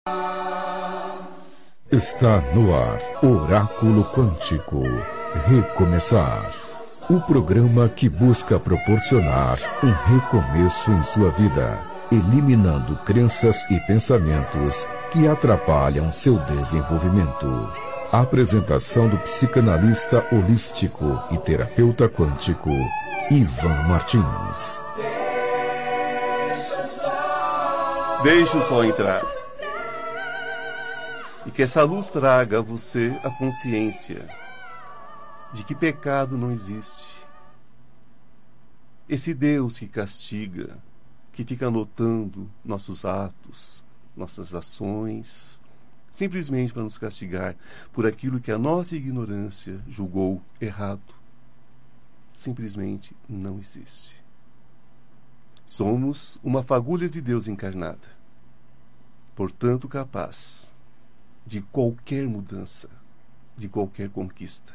Está no ar, Oráculo Quântico. Recomeçar. O programa que busca proporcionar um recomeço em sua vida, eliminando crenças e pensamentos que atrapalham seu desenvolvimento. Apresentação do psicanalista holístico e terapeuta quântico, Ivan Martins. Deixe o sol entrar. E que essa luz traga a você a consciência de que pecado não existe. Esse Deus que castiga, que fica anotando nossos atos, nossas ações, simplesmente para nos castigar por aquilo que a nossa ignorância julgou errado, simplesmente não existe. Somos uma fagulha de Deus encarnada, portanto capaz de qualquer mudança, de qualquer conquista.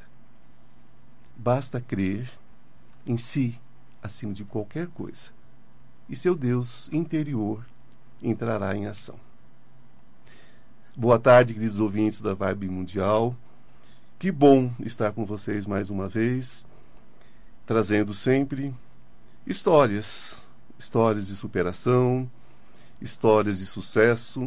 Basta crer em si, acima de qualquer coisa, e seu Deus interior entrará em ação. Boa tarde, queridos ouvintes da Vibe Mundial. Que bom estar com vocês mais uma vez, trazendo sempre histórias de superação, histórias de sucesso,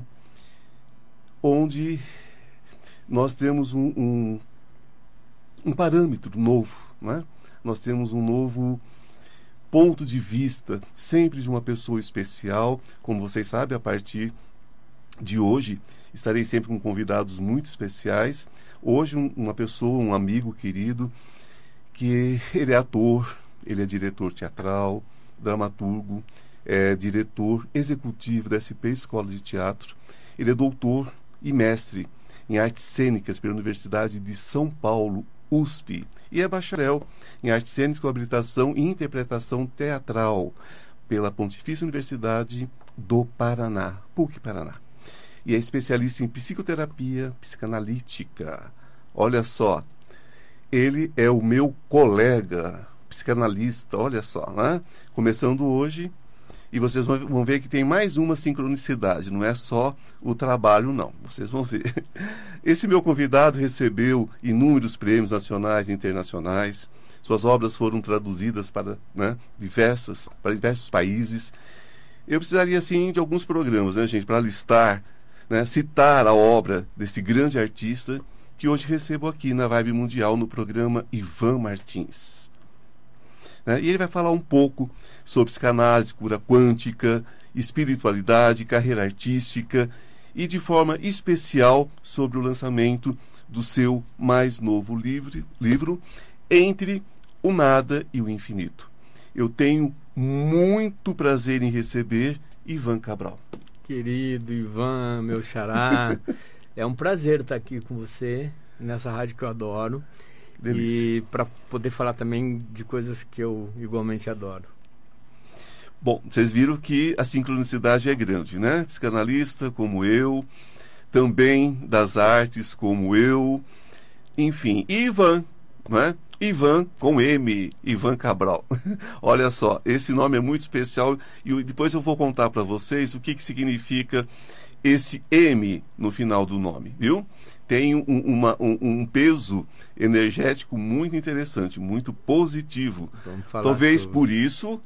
onde nós temos um parâmetro novo, né? Nós temos um novo ponto de vista, sempre de uma pessoa especial. Como vocês sabem, a partir de hoje, estarei sempre com convidados muito especiais. Hoje, uma pessoa, um amigo querido, que ele é ator, ele é diretor teatral, dramaturgo, é diretor executivo da SP Escola de Teatro. Ele é doutor e mestre em artes cênicas pela Universidade de São Paulo, USP, e é bacharel em artes cênicas com habilitação e interpretação teatral pela Pontifícia Universidade do Paraná, PUC Paraná. E é especialista em psicoterapia psicanalítica. Olha só, ele é o meu colega psicanalista, olha só, né? Começando hoje, e vocês vão ver que tem mais uma sincronicidade, não é só o trabalho, não. Vocês vão ver. Esse meu convidado recebeu inúmeros prêmios nacionais e internacionais. Suas obras foram traduzidas para, diversos países. Eu precisaria, assim, de alguns programas, né, gente, para listar, citar a obra desse grande artista que hoje recebo aqui na Vibe Mundial, no programa Ivan Martins. E ele vai falar um pouco sobre psicanálise, cura quântica, espiritualidade, carreira artística e, de forma especial, sobre o lançamento do seu mais novo livro, Entre o Nada e o Infinito. Eu tenho muito prazer em receber Ivan Cabral. Querido Ivan, meu xará, é um prazer estar aqui com você, nessa rádio que eu adoro. Delícia. E para poder falar também de coisas que eu igualmente adoro. Bom, vocês viram que a sincronicidade é grande, né? Psicanalista como eu, também das artes como eu, enfim, Ivan, né? Ivan com M, Ivan Cabral. Olha só, esse nome é muito especial e depois eu vou contar para vocês o que significa esse M no final do nome, viu? Tem um peso energético muito interessante, muito positivo. Talvez por isso,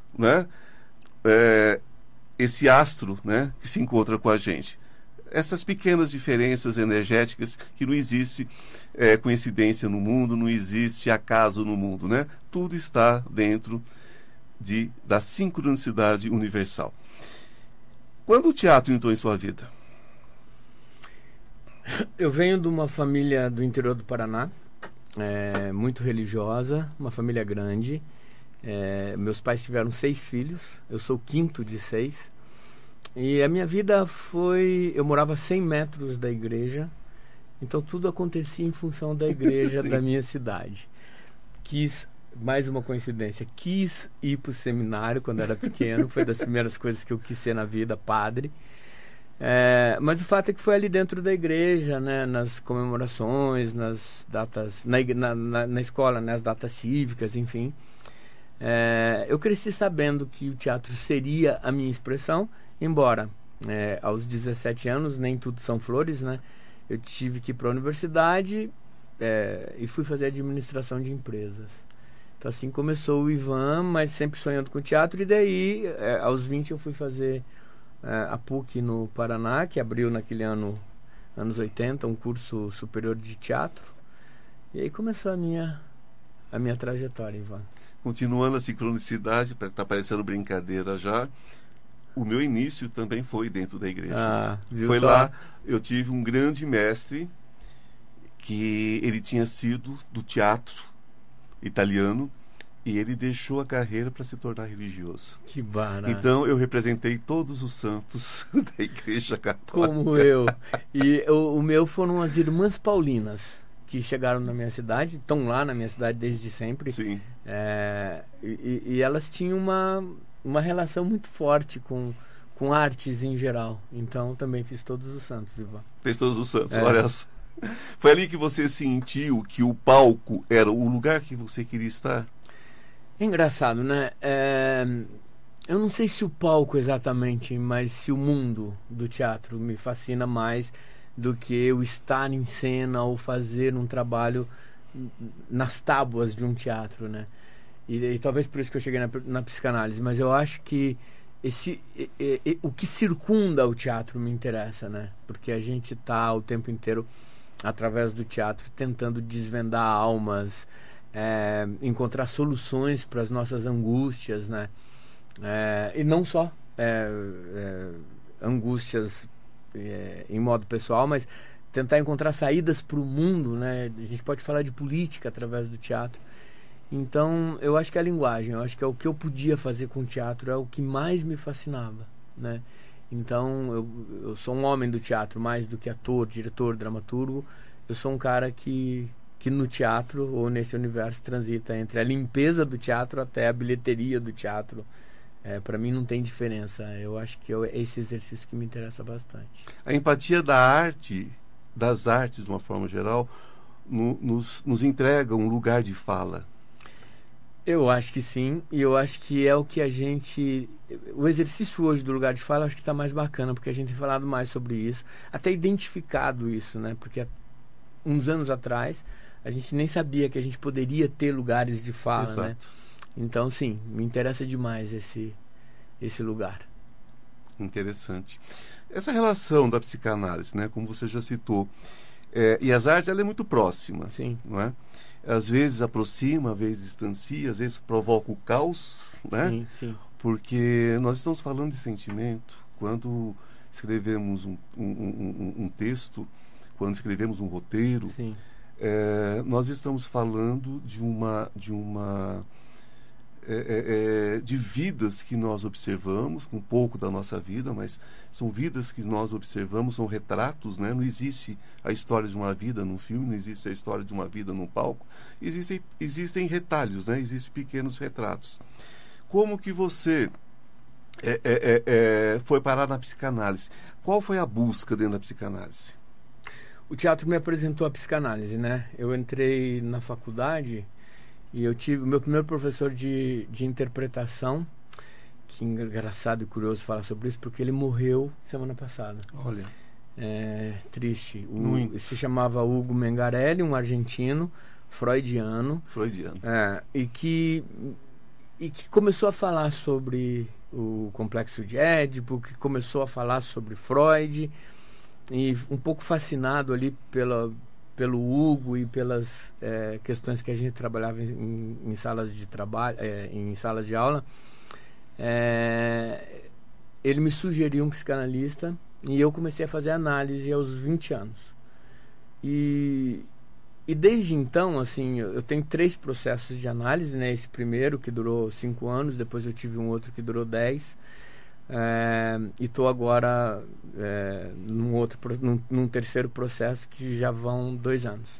esse astro, que se encontra com a gente. Essas pequenas diferenças energéticas que não existe coincidência no mundo, não existe acaso no mundo, Tudo está dentro da sincronicidade universal. Quando o teatro entrou em sua vida? Eu venho de uma família do interior do Paraná, muito religiosa, uma família grande. Meus pais tiveram 6 filhos, eu sou o quinto de 6. E a minha vida foi... Eu morava a 100 metros da igreja, então tudo acontecia em função da igreja da minha cidade. Mais uma coincidência, quis ir para o seminário quando era pequeno, foi das primeiras coisas que eu quis ser na vida, padre. Mas o fato é que foi ali dentro da igreja, nas comemorações, nas datas, na escola, as datas cívicas, enfim. Eu cresci sabendo que o teatro seria a minha expressão, embora Aos 17 anos, nem tudo são flores, né? Eu tive que ir para a universidade e fui fazer administração de empresas. Então assim começou o Ivan, mas sempre sonhando com teatro. E daí, aos 20, eu fui fazer a PUC no Paraná, que abriu naquele ano, anos 80, um curso superior de teatro. E aí começou a minha trajetória, Ivan. Continuando a sincronicidade, está parecendo brincadeira já, o meu início também foi dentro da igreja. Foi só? Lá, eu tive um grande mestre, que ele tinha sido do teatro italiano, e ele deixou a carreira para se tornar religioso. Que barato. Então eu representei todos os santos da Igreja Católica. Como eu. E o meu foram as Irmãs Paulinas, que chegaram na minha cidade, estão lá na minha cidade desde sempre. Sim. E elas tinham uma relação muito forte com artes em geral. Então também fiz todos os santos, Ivan. Fez todos os santos, olha só. Foi ali que você sentiu que o palco era o lugar que você queria estar? É engraçado, né? Eu não sei se o palco exatamente, mas se o mundo do teatro me fascina mais do que eu estar em cena ou fazer um trabalho nas tábuas de um teatro, né? E talvez por isso que eu cheguei na psicanálise, mas eu acho que o que circunda o teatro me interessa, né? Porque a gente está o tempo inteiro, através do teatro, tentando desvendar almas, encontrar soluções para as nossas angústias, né? E não só angústias em modo pessoal, mas tentar encontrar saídas para o mundo, né? A gente pode falar de política através do teatro. Então, eu acho que a linguagem, eu acho que é o que eu podia fazer com o teatro, é o que mais me fascinava, né? Então, eu sou um homem do teatro, mais do que ator, diretor, dramaturgo. Eu sou um cara que no teatro, ou nesse universo, transita entre a limpeza do teatro até a bilheteria do teatro. Para mim não tem diferença. Eu acho que é esse exercício que me interessa bastante. A empatia da arte, das artes de uma forma geral, nos entrega um lugar de fala. Eu acho que sim, e eu acho que é o que a gente... O exercício hoje do lugar de fala, eu acho que está mais bacana, porque a gente tem falado mais sobre isso, até identificado isso, né? Porque uns anos atrás, a gente nem sabia que a gente poderia ter lugares de fala, Exato. né? Então, sim, me interessa demais esse lugar. Interessante. Essa relação da psicanálise, né, como você já citou, e as artes, ela é muito próxima. Sim. Não é? Às vezes aproxima, às vezes distancia, às vezes provoca o caos, né? Sim, sim. Porque nós estamos falando de sentimento. Quando escrevemos um texto, quando escrevemos um roteiro, Sim. Nós estamos falando de vidas que nós observamos, um pouco da nossa vida, mas são vidas que nós observamos, são retratos, né? Não existe a história de uma vida num filme, não existe a história de uma vida num palco, existem retalhos, né? Existem pequenos retratos. Como que você foi parar na psicanálise? Qual foi a busca dentro da psicanálise? O teatro me apresentou a psicanálise, né? Eu entrei na faculdade e eu tive o meu primeiro professor de interpretação, que engraçado e curioso falar sobre isso, porque ele morreu semana passada. Olha. Triste. Se chamava Hugo Mengarelli, um argentino, freudiano. E que começou a falar sobre o complexo de Édipo, que começou a falar sobre Freud, e um pouco fascinado ali pelo Hugo e pelas questões que a gente trabalhava em salas de trabalho, em salas de aula. Ele me sugeriu um psicanalista e eu comecei a fazer análise aos 20 anos. E desde então, assim, eu tenho 3 processos de análise, né? Esse primeiro que durou 5 anos, depois eu tive um outro que durou 10. E estou agora num terceiro processo que já vão 2 anos.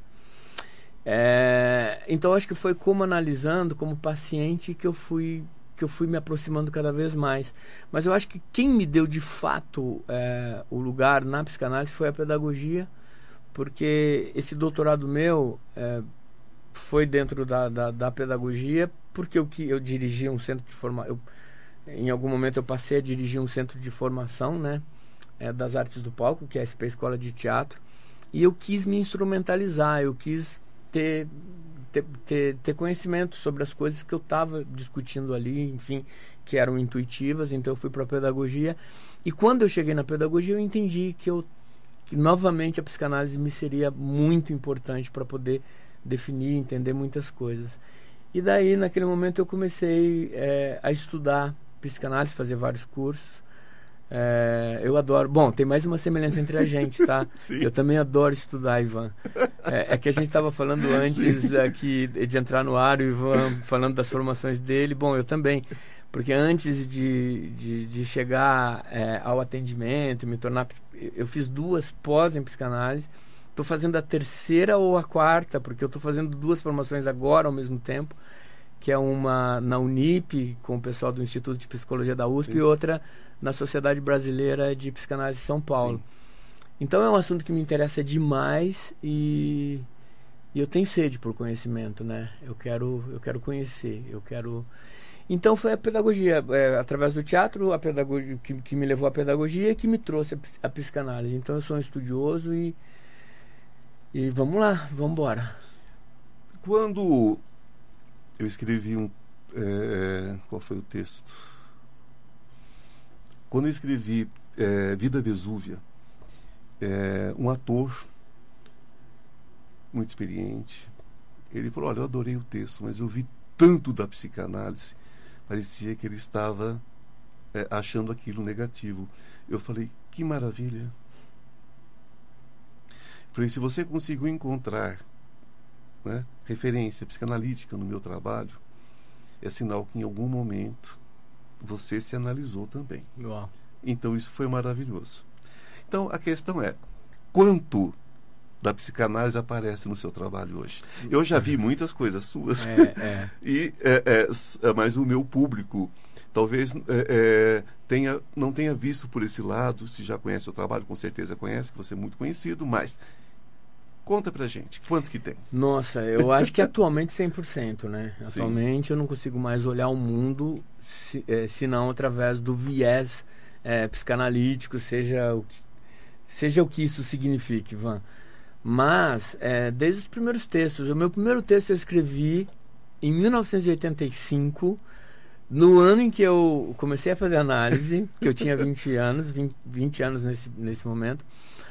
Então acho que foi como analisando, como paciente, que eu fui me aproximando cada vez mais. Mas eu acho que quem me deu de fato o lugar na psicanálise foi a pedagogia, porque esse doutorado meu foi dentro da pedagogia, porque eu dirigi um centro de formação. Em algum momento eu passei a dirigir um centro de formação, né? das artes do palco, que é a SP Escola de Teatro, e eu quis me instrumentalizar, eu quis ter conhecimento sobre as coisas que eu estava discutindo ali, enfim, que eram intuitivas. Então eu fui para a pedagogia, e quando eu cheguei na pedagogia eu entendi que novamente a psicanálise me seria muito importante para poder definir, entender muitas coisas. E daí, naquele momento, eu comecei a estudar psicanálise, fazer vários cursos. Eu adoro... Bom, tem mais uma semelhança entre a gente, tá? Eu também adoro estudar, Ivan. É que a gente estava falando antes aqui de entrar no ar, o Ivan falando das formações dele. Bom, eu também. Porque antes de chegar ao atendimento, me tornar... Eu fiz 2 pós em psicanálise. Estou fazendo a 3ª ou a 4ª, porque eu estou fazendo 2 formações agora ao mesmo tempo, que é uma na Unip, com o pessoal do Instituto de Psicologia da USP, e outra na Sociedade Brasileira de Psicanálise de São Paulo. Sim. Então é um assunto que me interessa demais e eu tenho sede por conhecimento, né? Eu quero conhecer, Então foi a pedagogia, através do teatro, a pedagogia que me levou à pedagogia, que me trouxe a psicanálise. Então eu sou um estudioso e vamos lá, vamos embora. Quando eu escrevi qual foi o texto? Quando eu escrevi Vida Vesúvia, um ator muito experiente, ele falou: olha, eu adorei o texto, mas eu vi tanto da psicanálise, parecia que ele estava achando aquilo negativo. Eu falei: que maravilha. Falei: se você conseguiu encontrar, né, referência psicanalítica no meu trabalho, é sinal que em algum momento você se analisou também. Uau. Então isso foi maravilhoso. Então a questão é: quanto da psicanálise aparece no seu trabalho hoje? Eu já vi muitas coisas suas, mas o meu público talvez não tenha visto por esse lado. Se já conhece o trabalho, com certeza conhece, que você é muito conhecido, mas conta pra gente, quanto que tem? Nossa, eu acho que atualmente 100%, né? Sim. Atualmente eu não consigo mais olhar o mundo senão através do viés psicanalítico, seja o que isso signifique, Ivan. Mas, desde os primeiros textos, o meu primeiro texto eu escrevi em 1985, no ano em que eu comecei a fazer análise, que eu tinha 20 anos nesse momento.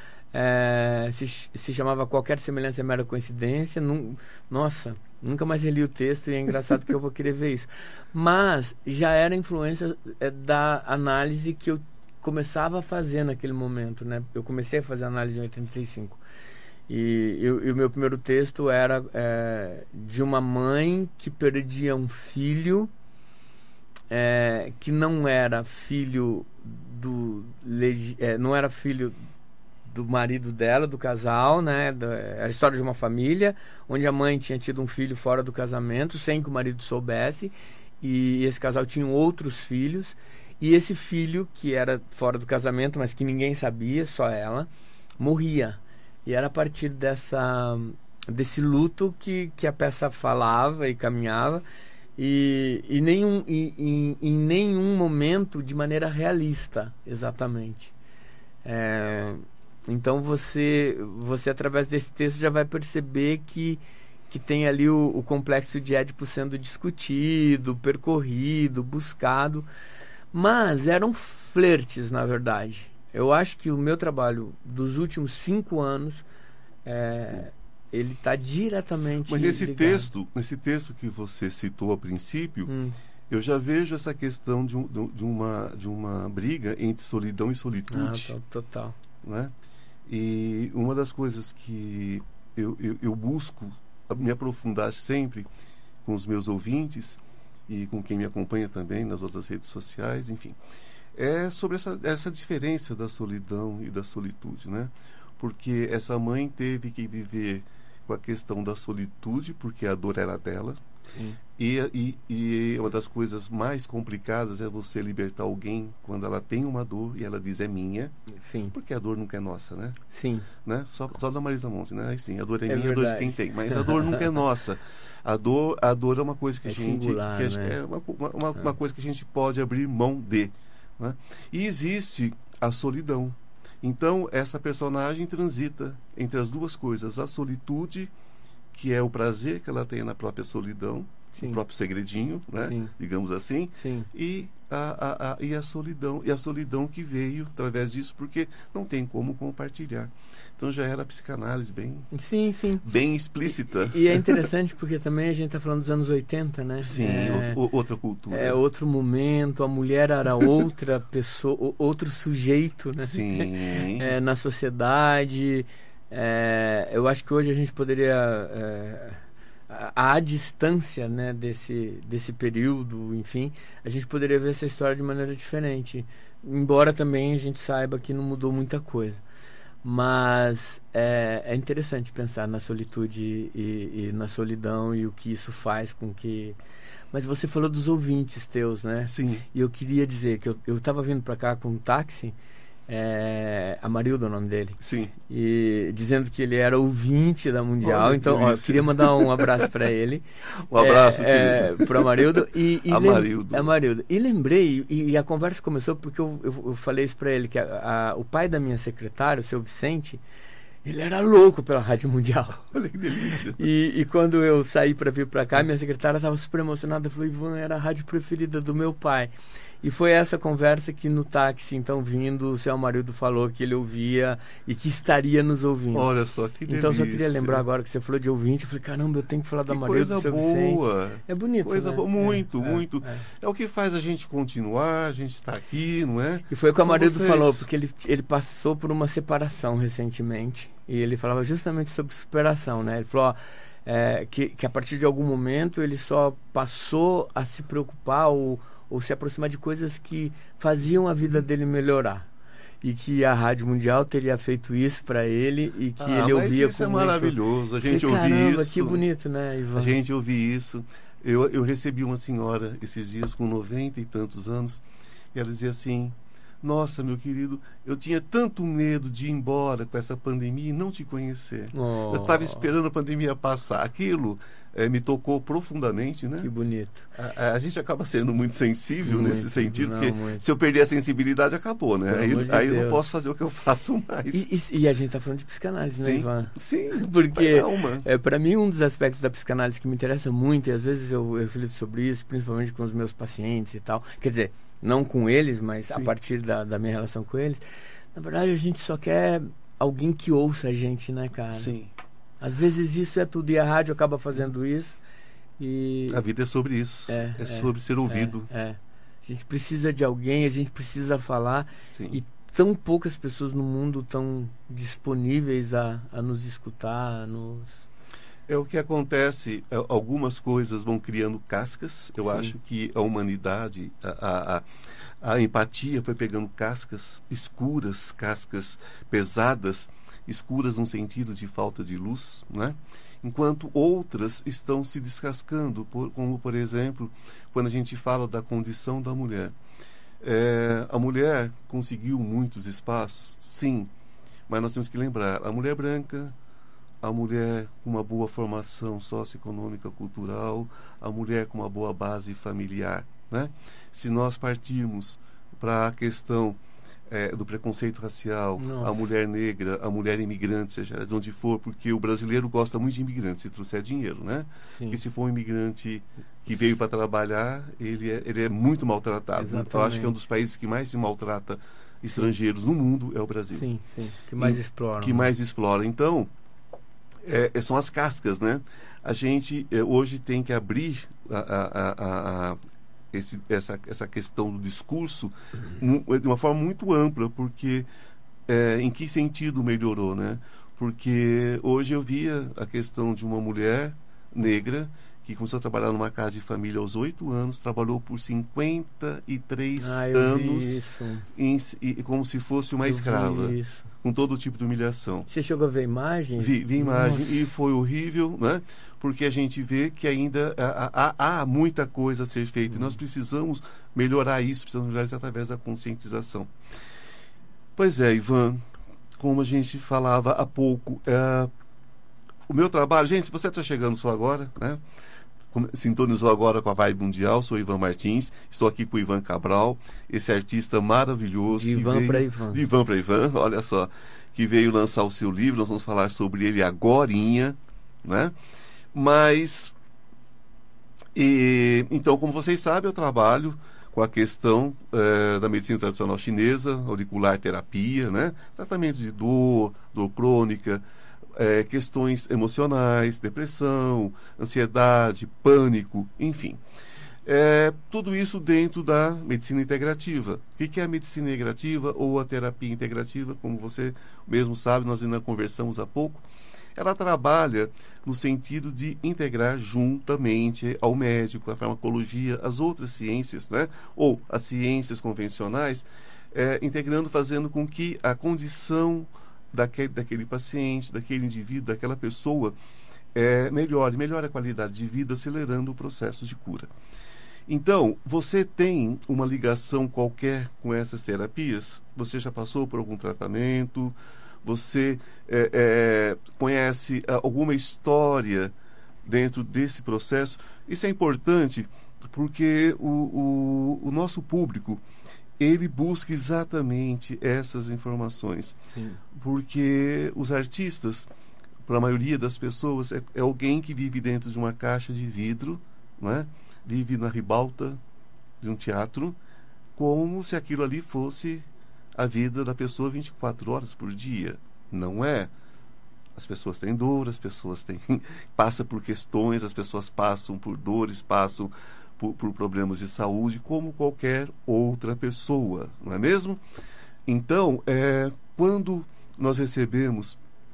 Se chamava Qualquer Semelhança é Mera Coincidência. Nossa, nunca mais reli o texto, e é engraçado que eu vou querer ver isso. Mas já era influência da análise que eu começava a fazer naquele momento, né? Eu comecei a fazer análise em 85. E o meu primeiro texto era de uma mãe que perdia um filho, que não era filho não era filho do marido dela, do casal, né? A história de uma família onde a mãe tinha tido um filho fora do casamento, sem que o marido soubesse, e esse casal tinha outros filhos, e esse filho, que era fora do casamento, mas que ninguém sabia, só ela, morria. E era a partir desse luto que a peça falava e caminhava, e em nenhum momento de maneira realista, exatamente. Então você através desse texto já vai perceber que tem ali o complexo de Édipo sendo discutido, percorrido, buscado, mas eram flertes, na verdade. Eu acho que o meu trabalho dos últimos 5 anos ele está diretamente Mas nesse ligado. texto que você citou a princípio, eu já vejo essa questão de uma briga entre solidão e solitude. Total. Né? E uma das coisas que eu busco me aprofundar sempre com os meus ouvintes e com quem me acompanha também nas outras redes sociais, enfim, é sobre essa diferença da solidão e da solitude, né? Porque essa mãe teve que viver com a questão da solitude, porque a dor era dela. Sim. E uma das coisas mais complicadas é você libertar alguém quando ela tem uma dor e ela diz: é minha. Sim. Porque a dor nunca é nossa, né? Sim. Né? Só da Marisa Monte, né? Aí sim, a dor é minha, verdade. a dor de quem tem. Mas a dor nunca é nossa. A dor é uma coisa que a gente... singular, né? É uma coisa que a gente pode abrir mão de. Né? E existe a solidão. Então, essa personagem transita entre as duas coisas, a solitude, que é o prazer que ela tem na própria solidão, Sim. o próprio segredinho, né? Sim. Digamos assim, Sim. e a solidão que veio através disso, porque não tem como compartilhar. Então já era a psicanálise Sim, sim. bem explícita. E é interessante porque também a gente está falando dos anos 80, né? Sim, outra cultura. É outro momento, a mulher era outra pessoa, outro sujeito, né? Sim. Na sociedade. Eu acho que hoje a gente poderia... à distância, né, desse período, enfim, a gente poderia ver essa história de maneira diferente. Embora também a gente saiba que não mudou muita coisa. Mas é interessante pensar na solitude e na solidão e o que isso faz com que... Mas você falou dos ouvintes teus, né? Sim. E eu queria dizer que eu estava vindo para cá com um táxi, Amarildo é o nome dele. Sim. E dizendo que ele era ouvinte da Mundial. Olha, então, eu queria mandar um abraço para ele. Um abraço, para o Amarildo. Amarildo. E lembrei, e a conversa começou porque eu falei isso para ele, que o pai da minha secretária, o seu Vicente, ele era louco pela Rádio Mundial. Olha que delícia. E quando eu saí para vir para cá, minha secretária estava super emocionada. Falou, Ivan, era a rádio preferida do meu pai. E foi essa conversa que no táxi, então, vindo, o seu Amarildo falou que ele ouvia e que estaria nos ouvindo. Olha só, que delícia. Então, só queria lembrar agora que você falou de ouvinte. Eu falei, caramba, eu tenho que falar do Amarildo, do seu Vicente. É bonito, coisa né? boa, muito. É o que faz a gente continuar, a gente está aqui, não é? E foi o que o Amarildo falou, porque ele passou por uma separação recentemente. E ele falava justamente sobre superação, né? Ele falou que a partir de algum momento ele só passou a se preocupar ou se aproximar de coisas que faziam a vida dele melhorar. E que a Rádio Mundial teria feito isso para ele e que ele ouvia isso é maravilhoso, a gente ouvir isso. Que bonito, né, Ivan? A gente ouvir isso. Eu recebi uma senhora esses dias com 90 e tantos anos e ela dizia assim: nossa, meu querido, eu tinha tanto medo de ir embora com essa pandemia e não te conhecer. Eu estava esperando a pandemia passar. Aquilo me tocou profundamente, né? Que bonito. A gente acaba sendo muito sensível muito, nesse sentido, porque muito. Se eu perder a sensibilidade, acabou, né? Aí eu não posso fazer o que eu faço mais. E a gente está falando de psicanálise, né, Ivan? Sim, porque para mim um dos aspectos da psicanálise que me interessa muito, e às vezes eu reflito sobre isso, principalmente com os meus pacientes e tal, quer dizer, não com eles, mas Sim. a partir da minha relação com eles, na verdade a gente só quer alguém que ouça a gente, né, cara? Sim. Às vezes isso é tudo, e a rádio acaba fazendo isso. E a vida é sobre isso, é sobre ser ouvido. A gente precisa de alguém, a gente precisa falar. Sim. E tão poucas pessoas no mundo estão disponíveis a nos escutar, É o que acontece, algumas coisas vão criando cascas. Eu Sim. acho que a humanidade, a empatia foi pegando cascas escuras, cascas pesadas, escuras no sentido de falta de luz, né? Enquanto outras estão se descascando, como, por exemplo, quando a gente fala da condição da mulher. A mulher conseguiu muitos espaços, sim, mas nós temos que lembrar, a mulher branca, a mulher com uma boa formação socioeconômica, cultural, a mulher com uma boa base familiar, né? Se nós partirmos para a questão do preconceito racial, a mulher negra, a mulher imigrante, seja de onde for, porque o brasileiro gosta muito de imigrantes, se trouxer dinheiro, né? Sim. E se for um imigrante que veio para trabalhar, ele é muito maltratado. Exatamente. Eu acho que é um dos países que mais se maltrata estrangeiros no mundo é o Brasil. Sim, que mais explora. Que mais explora. Então, são as cascas, né? A gente hoje tem que abrir essa questão do discurso de uma forma muito ampla, porque em que sentido melhorou, né? Porque hoje eu via a questão de uma mulher negra que começou a trabalhar numa casa de família aos 8 anos, trabalhou por 53 anos como se fosse uma escrava, com todo tipo de humilhação. Você chegou a ver imagem? Vi imagem. Nossa. E foi horrível, né? Porque a gente vê que ainda há muita coisa a ser feita e nós precisamos melhorar isso, através da conscientização. Pois é, Ivan, como a gente falava há pouco, o meu trabalho, gente, você está chegando só agora, né? sintonizou agora com a Vibe Mundial, sou Ivan Martins, estou aqui com o Ivan Cabral, esse artista maravilhoso. De Ivan para Ivan. De Ivan para Ivan, olha só, que veio lançar o seu livro, nós vamos falar sobre ele agorinha, né? Mas, então, como vocês sabem, eu trabalho com a questão da medicina tradicional chinesa, auricular terapia, né? Tratamento de dor crônica, questões emocionais, depressão, ansiedade, pânico, enfim. Tudo isso dentro da medicina integrativa. O que é a medicina integrativa ou a terapia integrativa? Como você mesmo sabe, nós ainda conversamos há pouco. Ela trabalha no sentido de integrar juntamente ao médico, a farmacologia, as outras ciências, né? Ou as ciências convencionais, integrando, fazendo com que a condição daquele paciente, daquele indivíduo, daquela pessoa, melhore a qualidade de vida, acelerando o processo de cura. Então, você tem uma ligação qualquer com essas terapias? Você já passou por algum tratamento? Você conhece alguma história dentro desse processo? Isso é importante porque o nosso público, ele busca exatamente essas informações. Sim. Porque os artistas, para a maioria das pessoas, é alguém que vive dentro de uma caixa de vidro, não é? Vive na ribalta de um teatro, como se aquilo ali fosse a vida da pessoa 24 horas por dia. Não é. As pessoas têm dor, as pessoas passam por questões, as pessoas passam por dores, passam por problemas de saúde, como qualquer outra pessoa, não é mesmo? Então, quando nós recebemos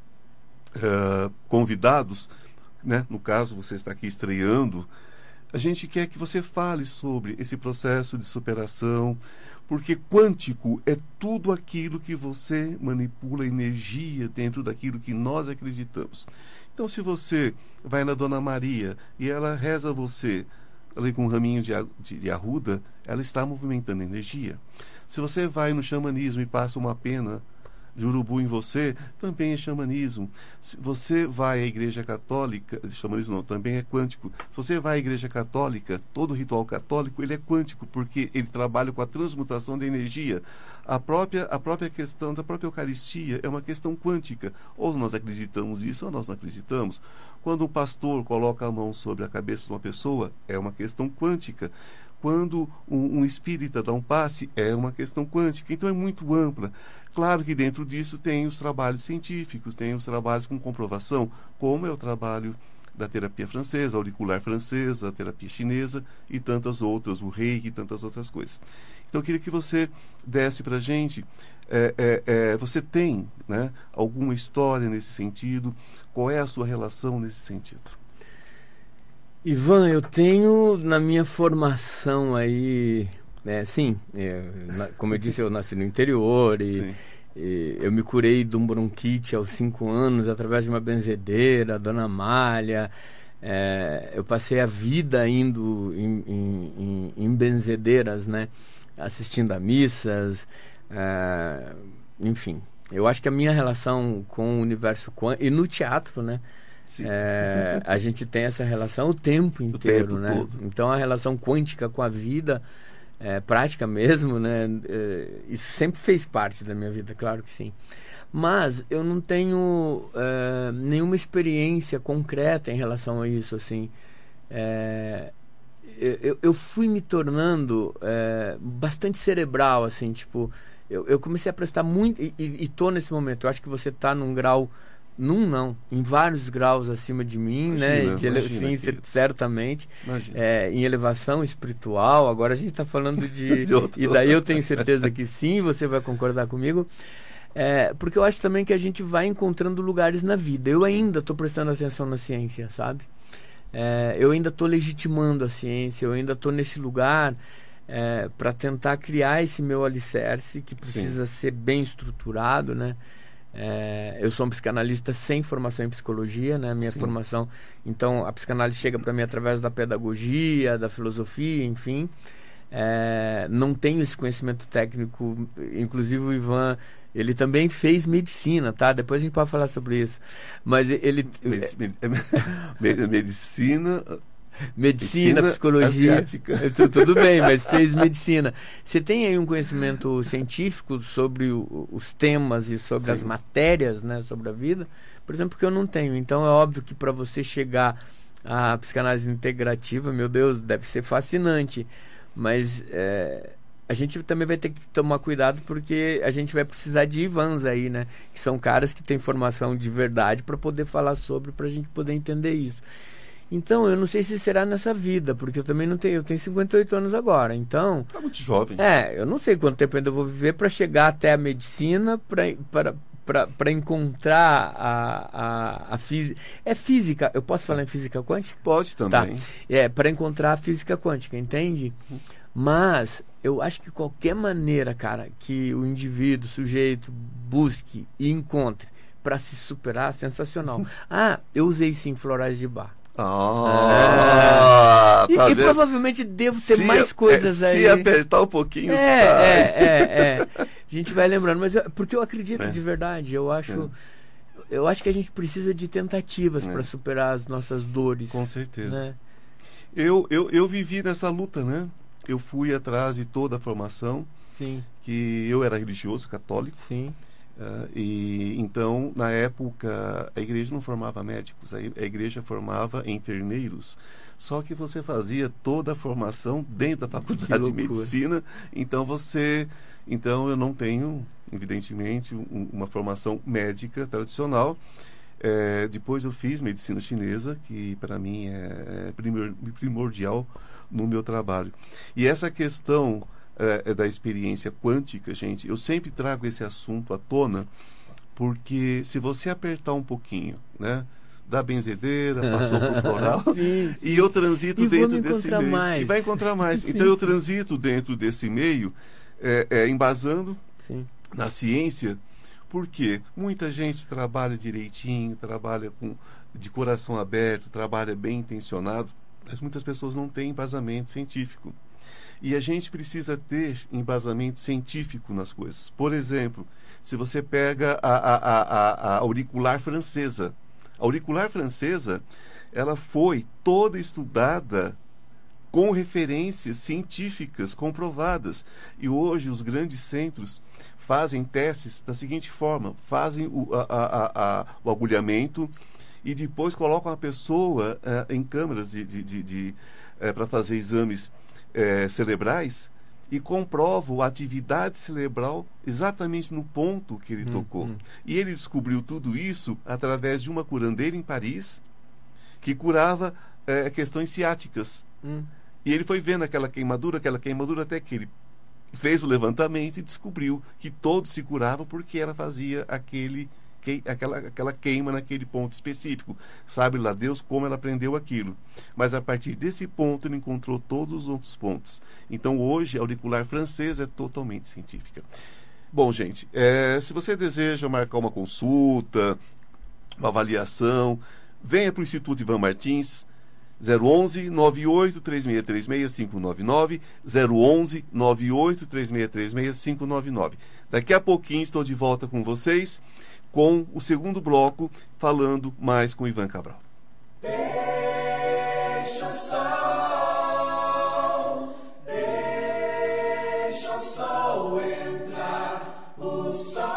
convidados, né, no caso, você está aqui estreando, a gente quer que você fale sobre esse processo de superação, porque quântico é tudo aquilo que você manipula energia dentro daquilo que nós acreditamos. Então, se você vai na Dona Maria e ela reza você ali com um raminho de arruda, ela está movimentando energia. Se você vai no xamanismo e passa uma pena de urubu em você, também é xamanismo. Se você vai à igreja católica, xamanismo não, também é quântico. Se você vai à igreja católica, todo ritual católico, ele é quântico, porque ele trabalha com a transmutação da energia. A própria questão da própria Eucaristia é uma questão quântica. Ou nós acreditamos isso, ou nós não acreditamos. Quando um pastor coloca a mão sobre a cabeça de uma pessoa, é uma questão quântica. Quando um espírita dá um passe, é uma questão quântica. Então é muito ampla. Claro que dentro disso tem os trabalhos científicos, tem os trabalhos com comprovação, como é o trabalho da terapia francesa, auricular francesa, a terapia chinesa e tantas outras, o reiki e tantas outras coisas. Então eu queria que você desse para a gente, você tem, né, alguma história nesse sentido? Qual é a sua relação nesse sentido? Ivan, eu tenho na minha formação aí, como eu disse, eu nasci no interior e eu me curei de um bronquite aos 5 anos através de uma benzedeira, Dona Amália. Eu passei a vida indo em benzedeiras, né, assistindo a missas, enfim. Eu acho que a minha relação com o universo quântico, e no teatro, né, a gente tem essa relação o tempo inteiro, né? Todo. Então a relação quântica com a vida, prática mesmo, né? Isso sempre fez parte da minha vida, claro que sim. Mas eu não tenho nenhuma experiência concreta em relação a isso, assim. Eu fui me tornando bastante cerebral, assim, tipo, eu comecei a prestar muito, e tô nesse momento, eu acho que você tá num grau, em vários graus acima de mim, imagina, né? Sim, certamente. Em elevação espiritual. Agora a gente está falando de e daí eu tenho certeza que sim, você vai concordar comigo. Porque eu acho também que a gente vai encontrando lugares na vida. Eu ainda estou prestando atenção na ciência, sabe? Eu ainda estou legitimando a ciência, eu ainda estou nesse lugar para tentar criar esse meu alicerce que precisa ser bem estruturado, né? Eu sou um psicanalista sem formação em psicologia, né? Minha formação, então a psicanálise chega para mim através da pedagogia, da filosofia, enfim. Não tenho esse conhecimento técnico. Inclusive o Ivan, ele também fez medicina, tá? Depois a gente pode falar sobre isso. Mas ele medicina Medicina, psicologia. Tudo bem, mas fez medicina. Você tem aí um conhecimento científico sobre os temas e sobre as matérias, né, sobre a vida? Por exemplo, que eu não tenho. Então é óbvio que para você chegar à psicanálise integrativa, meu Deus, deve ser fascinante. Mas a gente também vai ter que tomar cuidado, porque a gente vai precisar de Ivans aí, né? Que são caras que têm formação de verdade para poder falar sobre, para a gente poder entender isso. Então, eu não sei se será nessa vida, porque eu também não tenho... Eu tenho 58 anos agora, então... Tá muito jovem. Eu não sei quanto tempo ainda vou viver para chegar até a medicina, para encontrar a física... É física, eu posso falar em física quântica? Pode também. Tá. Para encontrar a física quântica, entende? Mas eu acho que qualquer maneira, cara, que o indivíduo, o sujeito, busque e encontre para se superar, sensacional. Eu usei sim florais de Bach. E provavelmente devo ter mais coisas aí. Se apertar um pouquinho, sai. A gente vai lembrando, mas porque eu acredito de verdade. Eu acho que a gente precisa de tentativas para superar as nossas dores. Com certeza. Né? Eu vivi nessa luta, né? Eu fui atrás de toda a formação. Sim. Que eu era religioso, católico. Sim. E então, na época, a igreja não formava médicos, a igreja formava enfermeiros. Só que você fazia toda a formação dentro da faculdade de medicina. Então eu não tenho, evidentemente, uma formação médica tradicional. Depois eu fiz medicina chinesa, que para mim é primordial no meu trabalho. E essa questão da experiência quântica, gente, eu sempre trago esse assunto à tona, porque se você apertar um pouquinho, né, da benzedeira, passou por floral, sim. E eu transito dentro desse meio. Mais. E vai encontrar mais. Sim, então eu transito dentro desse meio, embasando na ciência, porque muita gente trabalha direitinho, trabalha de coração aberto, trabalha bem intencionado, mas muitas pessoas não têm embasamento científico. E a gente precisa ter embasamento científico nas coisas. Por exemplo, se você pega a auricular francesa. A auricular francesa, ela foi toda estudada com referências científicas comprovadas. E hoje os grandes centros fazem testes da seguinte forma: fazem o agulhamento e depois colocam a pessoa em câmaras para fazer exames cerebrais e comprovam a atividade cerebral exatamente no ponto que ele tocou. E ele descobriu tudo isso através de uma curandeira em Paris que curava questões ciáticas. E ele foi vendo aquela queimadura, até que ele fez o levantamento e descobriu que todos se curavam porque ela fazia aquela queima naquele ponto específico. Sabe lá Deus como ela aprendeu aquilo. Mas a partir desse ponto ele encontrou todos os outros pontos. Então hoje a auricular francesa é totalmente científica. Bom, gente, se você deseja marcar uma consulta, uma avaliação, venha para o Instituto Ivan Martins, 011 98 3636 599, 011 98 3636 599. Daqui a pouquinho estou de volta com vocês, com o segundo bloco, falando mais com Ivan Cabral. Deixa o sol entrar, o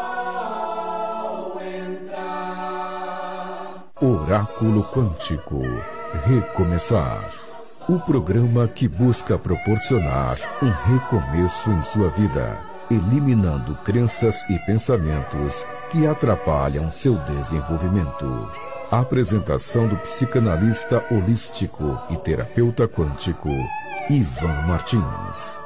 sol entrar. Oráculo Quântico. Recomeçar. O programa que busca proporcionar um recomeço em sua vida, eliminando crenças e pensamentos que atrapalham seu desenvolvimento. Apresentação do psicanalista holístico e terapeuta quântico, Ivan Martins.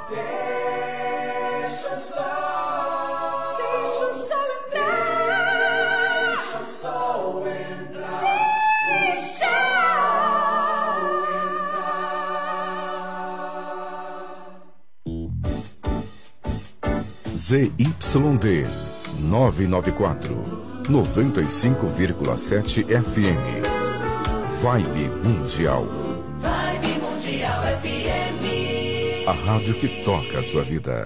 ZYD 994, 95,7 FM. Vibe Mundial. Vibe Mundial FM. A rádio que toca a sua vida.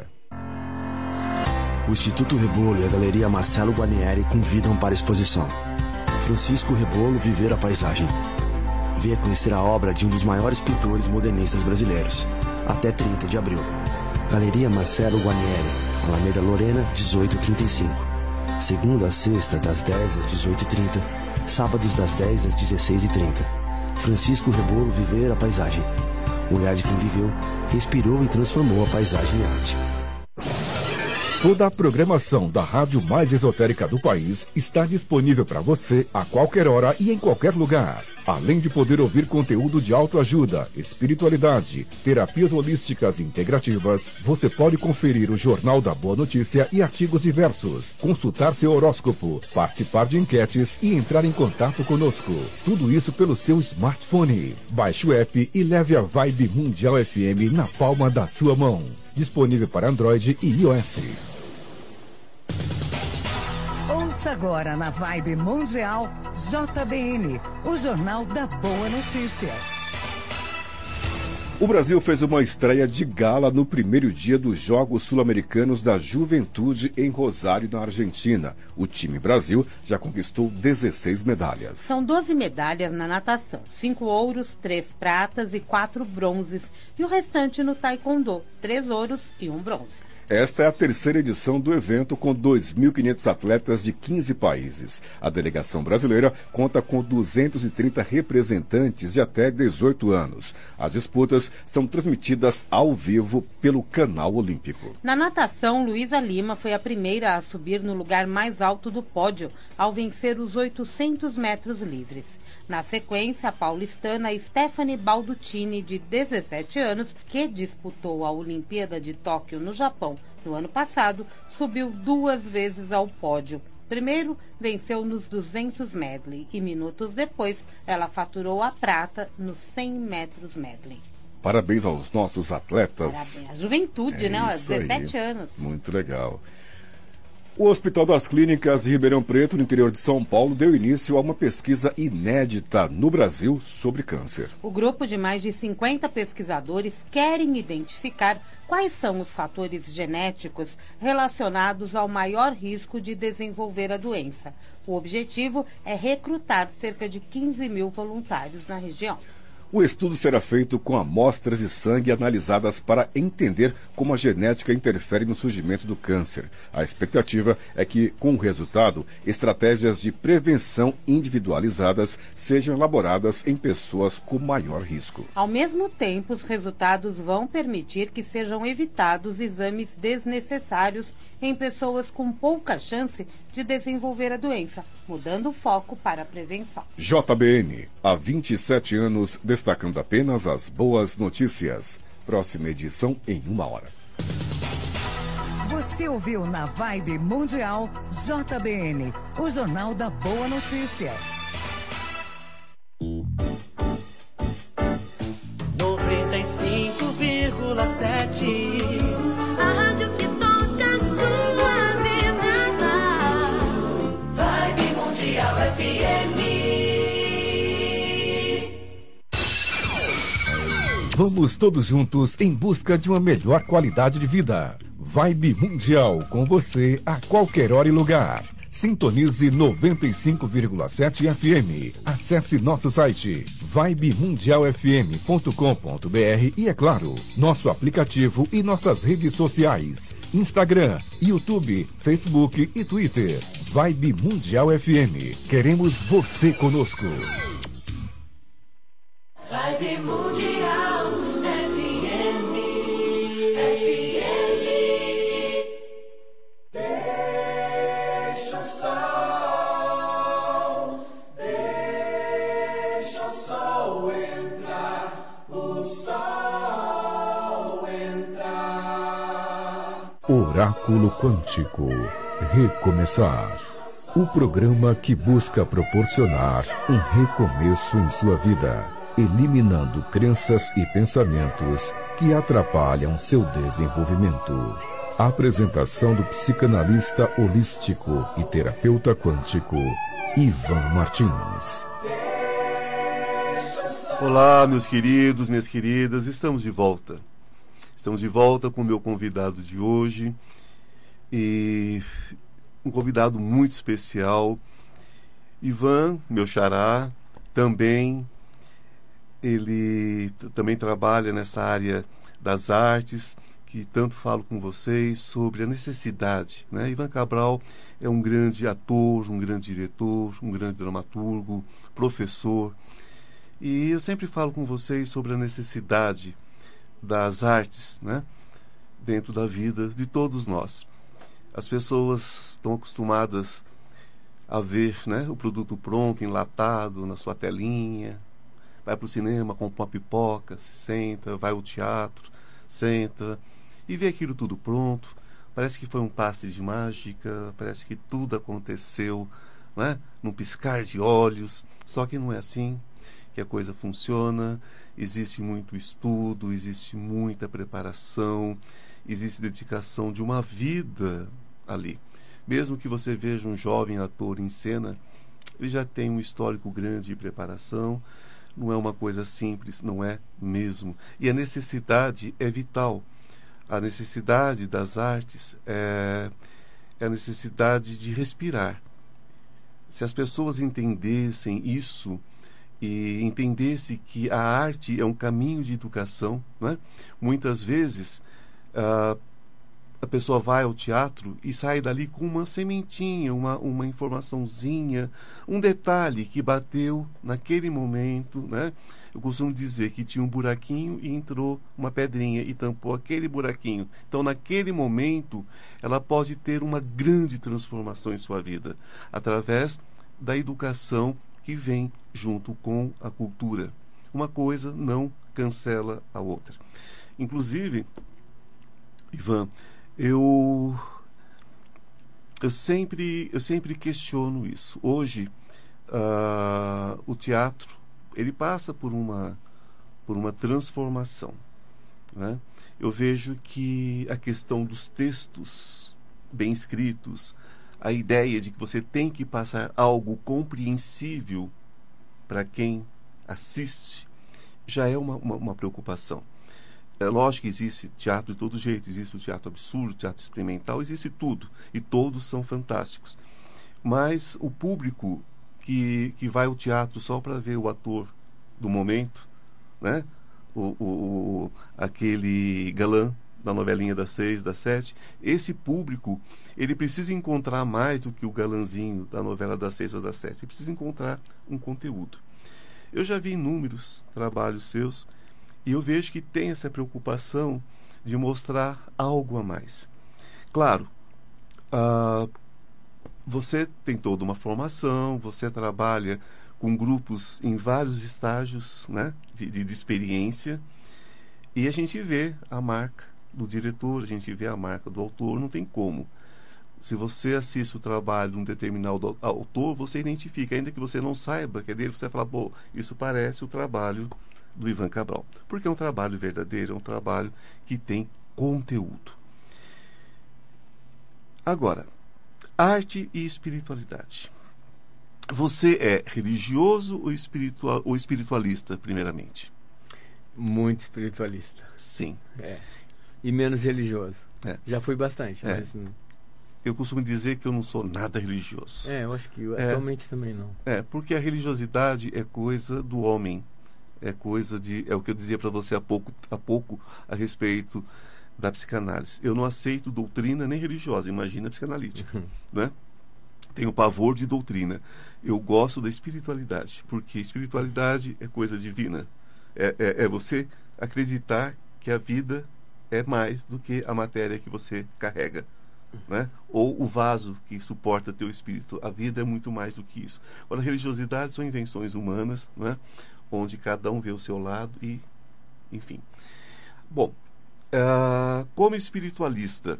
O Instituto Rebolo e a Galeria Marcelo Guarnieri convidam para a exposição Francisco Rebolo Viver a Paisagem. Venha conhecer a obra de um dos maiores pintores modernistas brasileiros. Até 30 de abril. Galeria Marcelo Guarnieri, Alameda Lorena, 18h35. Segunda a sexta, das 10 às 18h30. Sábados, das 10 às 16h30. Francisco Rebolo, Viver a Paisagem. O olhar de quem viveu, respirou e transformou a paisagem em arte. Toda a programação da rádio mais esotérica do país está disponível para você a qualquer hora e em qualquer lugar. Além de poder ouvir conteúdo de autoajuda, espiritualidade, terapias holísticas e integrativas, você pode conferir o Jornal da Boa Notícia e artigos diversos, consultar seu horóscopo, participar de enquetes e entrar em contato conosco. Tudo isso pelo seu smartphone. Baixe o app e leve a Vibe Mundial FM na palma da sua mão. Disponível para Android e iOS. Ouça agora na Vibe Mundial JBN, o Jornal da Boa Notícia. O Brasil fez uma estreia de gala no primeiro dia dos Jogos Sul-Americanos da Juventude em Rosário, na Argentina. O time Brasil já conquistou 16 medalhas. São 12 medalhas na natação, 5 ouros, 3 pratas e 4 bronzes. E o restante no taekwondo, 3 ouros e 1 bronze. Esta é a terceira edição do evento com 2.500 atletas de 15 países. A delegação brasileira conta com 230 representantes de até 18 anos. As disputas são transmitidas ao vivo pelo Canal Olímpico. Na natação, Luísa Lima foi a primeira a subir no lugar mais alto do pódio, ao vencer os 800 metros livres. Na sequência, a paulistana Stephanie Balducini, de 17 anos, que disputou a Olimpíada de Tóquio, no Japão, no ano passado, subiu 2 vezes ao pódio. Primeiro, venceu nos 200 medley e minutos depois, ela faturou a prata nos 100 metros medley. Parabéns aos nossos atletas. Parabéns. A juventude, né? 17 anos. Muito legal. O Hospital das Clínicas de Ribeirão Preto, no interior de São Paulo, deu início a uma pesquisa inédita no Brasil sobre câncer. O grupo de mais de 50 pesquisadores querem identificar quais são os fatores genéticos relacionados ao maior risco de desenvolver a doença. O objetivo é recrutar cerca de 15 mil voluntários na região. O estudo será feito com amostras de sangue analisadas para entender como a genética interfere no surgimento do câncer. A expectativa é que, com o resultado, estratégias de prevenção individualizadas sejam elaboradas em pessoas com maior risco. Ao mesmo tempo, os resultados vão permitir que sejam evitados exames desnecessários em pessoas com pouca chance de desenvolver a doença, mudando o foco para a prevenção. JBN, há 27 anos, destacando apenas as boas notícias. Próxima edição em 1 hora. Você ouviu na Vibe Mundial JBN, o Jornal da Boa Notícia. 95,7. A rádio que toca a sua vida. Vibe Mundial FM. Vamos todos juntos em busca de uma melhor qualidade de vida. Vibe Mundial, com você a qualquer hora e lugar. Sintonize 95,7 FM. Acesse nosso site vibemundialfm.com.br e, é claro, nosso aplicativo e nossas redes sociais: Instagram, YouTube, Facebook e Twitter. Vibe Mundial FM. Queremos você conosco. Vibe Mundial FM. Deixa o sol entrar, o sol entrar. Oráculo Quântico. Recomeçar. O programa que busca proporcionar um recomeço em sua vida, eliminando crenças e pensamentos que atrapalham seu desenvolvimento. Apresentação do psicanalista holístico e terapeuta quântico, Ivan Martins. Olá, meus queridos, minhas queridas, estamos de volta. Estamos de volta com o meu convidado de hoje, e um convidado muito especial, Ivan, meu xará, também ele também trabalha nessa área das artes, que tanto falo com vocês sobre a necessidade, né? Ivan Cabral é um grande ator, um grande diretor, um grande dramaturgo, professor, e eu sempre falo com vocês sobre a necessidade das artes, né? Dentro da vida de todos nós. As pessoas estão acostumadas a ver, né, o produto pronto, enlatado, na sua telinha, vai para o cinema, compra uma pipoca, se senta, vai ao teatro, senta e vê aquilo tudo pronto. Parece que foi um passe de mágica, parece que tudo aconteceu, né, num piscar de olhos. Só que não é assim que a coisa funciona. Existe muito estudo, existe muita preparação, existe dedicação de uma vida ali. Mesmo que você veja um jovem ator em cena, ele já tem um histórico grande de preparação. Não é uma coisa simples, não é mesmo. E a necessidade é vital. A necessidade das artes é a necessidade de respirar. Se as pessoas entendessem isso e entendessem que a arte é um caminho de educação, né? Muitas vezes a pessoa vai ao teatro e sai dali com uma sementinha, uma informaçãozinha, um detalhe que bateu naquele momento, né? Eu costumo dizer que tinha um buraquinho e entrou uma pedrinha e tampou aquele buraquinho. Então, naquele momento, ela pode ter uma grande transformação em sua vida, através da educação que vem junto com a cultura. Uma coisa não cancela a outra. Inclusive, Ivan, eu sempre questiono isso. Hoje, o teatro, ele passa por uma transformação, né? Eu vejo que a questão dos textos bem escritos, a ideia de que você tem que passar algo compreensível para quem assiste, já é uma preocupação. É lógico que existe teatro de todo jeito, existe o teatro absurdo, o teatro experimental, existe tudo, e todos são fantásticos. Mas o público que vai ao teatro só para ver o ator do momento, né? Aquele galã da novelinha das 6, das 7, esse público, ele precisa encontrar mais do que o galãzinho da novela das 6 ou das 7, ele precisa encontrar um conteúdo. Eu já vi inúmeros trabalhos seus, e eu vejo que tem essa preocupação de mostrar algo a mais. Claro, você tem toda uma formação, você trabalha com grupos em vários estágios, né, de experiência, e a gente vê a marca do diretor, a gente vê a marca do autor, não tem como. Se você assiste o trabalho de um determinado autor, você identifica, ainda que você não saiba que é dele, você vai falar, pô, isso parece o trabalho do Ivan Cabral, porque é um trabalho verdadeiro, é um trabalho que tem conteúdo. Agora, arte e espiritualidade. Você é religioso ou espiritualista, primeiramente? Muito espiritualista. Sim. E menos religioso. Já fui bastante, mas... Eu costumo dizer que eu não sou nada religioso. Eu acho que atualmente também não. Porque a religiosidade é coisa do homem. É coisa de... É o que eu dizia para você há pouco a respeito da psicanálise. Eu não aceito doutrina nem religiosa, imagina psicanalítica. Né? Tenho pavor de doutrina. Eu gosto da espiritualidade, porque espiritualidade é coisa divina. É você acreditar que a vida é mais do que a matéria que você carrega, né? Ou o vaso que suporta teu espírito. A vida é muito mais do que isso. Agora, a religiosidade são invenções humanas, né? Onde cada um vê o seu lado e, enfim. Bom, como espiritualista,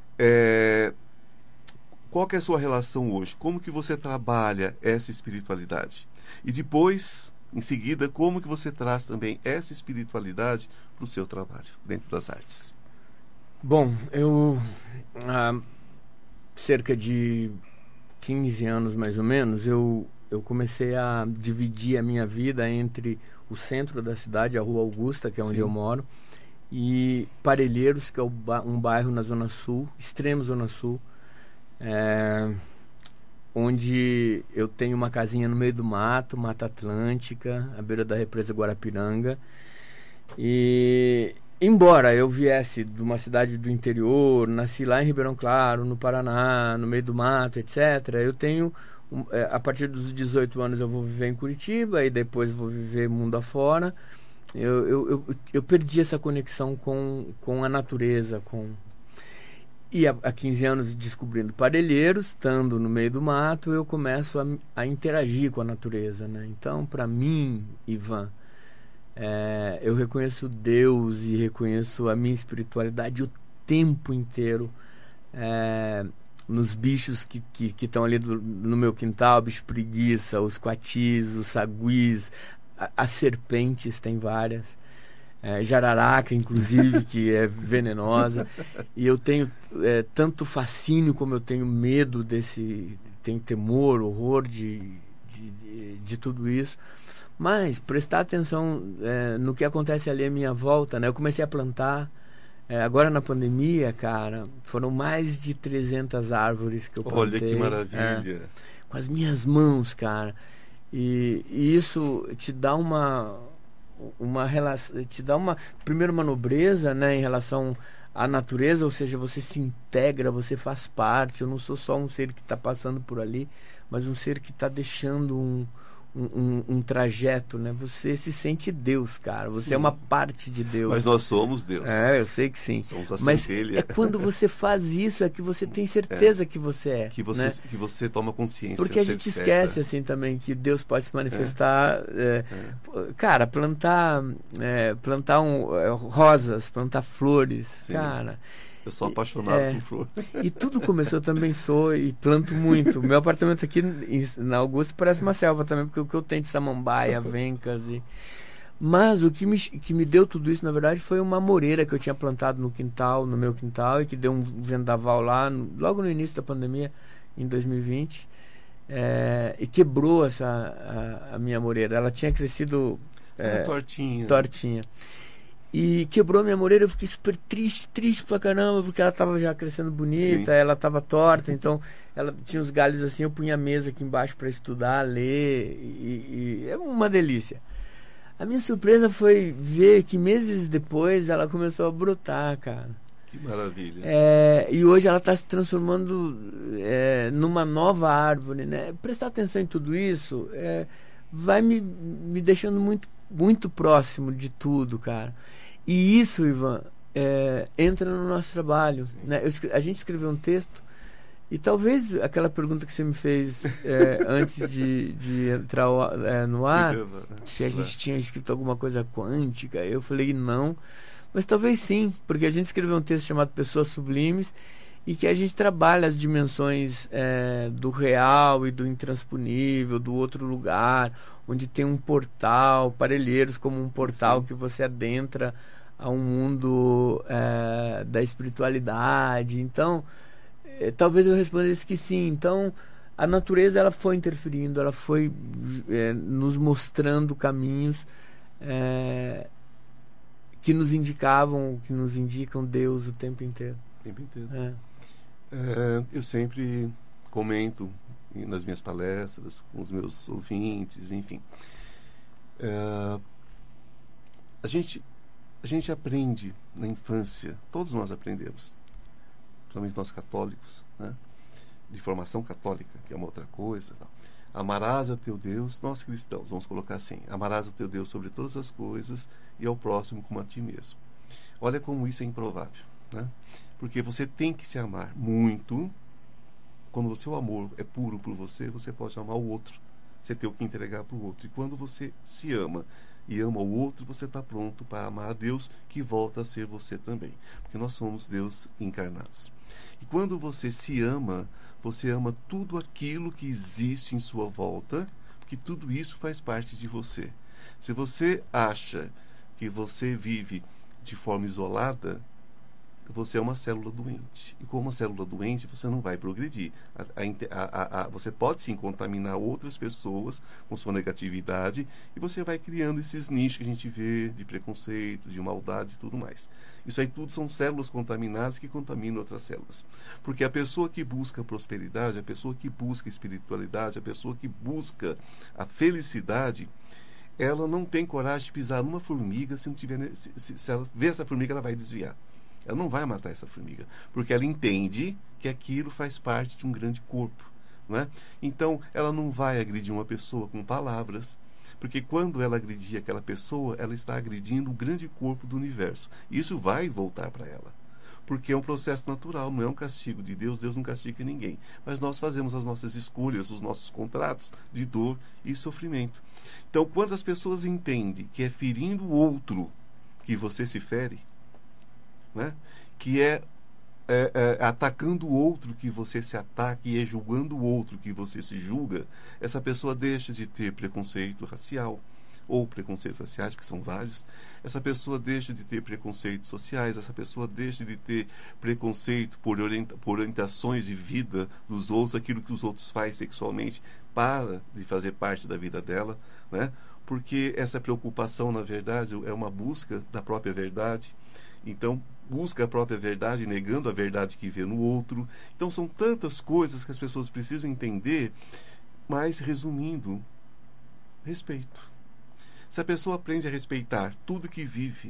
qual que é a sua relação hoje? Como que você trabalha essa espiritualidade? E depois, em seguida, como que você traz também essa espiritualidade para o seu trabalho dentro das artes? Bom, eu há cerca de 15 anos mais ou menos, eu comecei a dividir a minha vida entre o centro da cidade, a Rua Augusta, que é onde eu moro, e Parelheiros, que é um bairro na Zona Sul, extremo Zona Sul, onde eu tenho uma casinha no meio do mato, Mata Atlântica, à beira da represa Guarapiranga. E embora eu viesse de uma cidade do interior, nasci lá em Ribeirão Claro, no Paraná, no meio do mato, etc., eu tenho, a partir dos 18 anos eu vou viver em Curitiba e depois vou viver mundo afora. Eu perdi essa conexão com a natureza, E há 15 anos descobrindo Parelheiros, estando no meio do mato, eu começo a interagir com a natureza, né? Então, para mim, Ivan, eu reconheço Deus e reconheço a minha espiritualidade o tempo inteiro nos bichos que estão ali no meu quintal, bicho preguiça, os coatis, os saguis, as serpentes, tem várias. Jararaca, inclusive, que é venenosa. E eu tenho tanto fascínio como eu tenho medo tenho temor, horror de tudo isso. Mas prestar atenção no que acontece ali à minha volta, né? Eu comecei a plantar. Agora na pandemia, cara, foram mais de 300 árvores que eu plantei. Olha que maravilha! Com as minhas mãos, cara. E isso te dá uma relação, primeiro uma nobreza, né, em relação à natureza, ou seja, você se integra, você faz parte. Eu não sou só um ser que está passando por ali, mas um ser que está deixando um trajeto, né? Você se sente Deus, cara. Você é uma parte de Deus. Mas nós somos Deus. Eu sei que sim. Somos a Mas centelha. quando você faz isso, é que você tem certeza que você é. Que você toma consciência. Porque a gente esquece, assim, também, que Deus pode se manifestar. Cara, plantar rosas, plantar flores. Sim. Cara... Eu sou apaixonado por flor. E tudo começou, também sou, e planto muito. Meu apartamento aqui na Augusta parece uma selva também, porque o que eu tenho de samambaia, avencas Mas o que me deu tudo isso, na verdade, foi uma amoreira que eu tinha plantado no meu quintal, e que deu um vendaval lá, logo no início da pandemia, em 2020, e quebrou a minha amoreira. Ela tinha crescido... tortinha. E quebrou minha amoreira. Eu fiquei super triste pra caramba, porque ela tava já crescendo bonita. Sim. Ela tava torta, então ela tinha os galhos assim, eu punha a mesa aqui embaixo para estudar, ler, e é uma delícia. A minha surpresa foi ver que meses depois ela começou a brotar, cara. Que maravilha. E hoje ela está se transformando numa nova árvore, né? Prestar atenção em tudo isso vai me deixando muito, muito próximo de tudo, cara. E isso, Ivan, entra no nosso trabalho, né? A gente escreveu um texto, e talvez aquela pergunta que você me fez antes de entrar no ar, se a gente tinha escrito alguma coisa quântica, eu falei não, mas talvez sim, porque a gente escreveu um texto chamado Pessoas Sublimes, e que a gente trabalha as dimensões do real e do intransponível, do outro lugar, onde tem um portal, Parelheiros como um portal. Sim. Que você adentra a um mundo da espiritualidade. Então, talvez eu respondesse que sim. Então, a natureza ela foi interferindo, ela foi nos mostrando caminhos que nos indicam Deus o tempo inteiro. O tempo inteiro. Eu sempre comento nas minhas palestras, com os meus ouvintes, enfim. A gente aprende na infância, todos nós aprendemos, principalmente nós católicos, né? De formação católica, que é uma outra coisa. Não. Amarás a teu Deus, nós cristãos, vamos colocar assim, amarás a teu Deus sobre todas as coisas e ao próximo como a ti mesmo. Olha como isso é improvável, né? Porque você tem que se amar muito. Quando o seu amor é puro por você, você pode amar o outro. Você tem o que entregar para o outro. E quando você se ama e ama o outro, você está pronto para amar a Deus, que volta a ser você também. Porque nós somos Deus encarnados. E quando você se ama, você ama tudo aquilo que existe em sua volta, porque tudo isso faz parte de você. Se você acha que você vive de forma isolada, você é uma célula doente. E como uma célula doente, você não vai progredir. Você pode sim contaminar outras pessoas com sua negatividade e você vai criando esses nichos que a gente vê de preconceito, de maldade e tudo mais. Isso aí tudo são células contaminadas que contaminam outras células. Porque a pessoa que busca prosperidade, a pessoa que busca espiritualidade, a pessoa que busca a felicidade, ela não tem coragem de pisar numa formiga se não tiver, se ela vê essa formiga, ela vai desviar. Ela não vai matar essa formiga, porque ela entende que aquilo faz parte de um grande corpo, não é? Então, ela não vai agredir uma pessoa com palavras, porque quando ela agredir aquela pessoa, ela está agredindo o grande corpo do universo. Isso vai voltar para ela, porque é um processo natural, não é um castigo de Deus. Deus não castiga ninguém, mas nós fazemos as nossas escolhas, os nossos contratos de dor e sofrimento. Então, quando as pessoas entendem que é ferindo o outro que você se fere, né? Que é atacando o outro que você se ataca e é julgando o outro que você se julga, essa pessoa deixa de ter preconceito racial ou preconceitos raciais, porque são vários. Essa pessoa deixa de ter preconceitos sociais, essa pessoa deixa de ter preconceito por orientações de vida dos outros, aquilo que os outros fazem sexualmente, para de fazer parte da vida dela, né? Porque essa preocupação, na verdade, é uma busca da própria verdade. Então, busca a própria verdade, negando a verdade que vê no outro. Então, são tantas coisas que as pessoas precisam entender, mas, resumindo, respeito. Se a pessoa aprende a respeitar tudo que vive,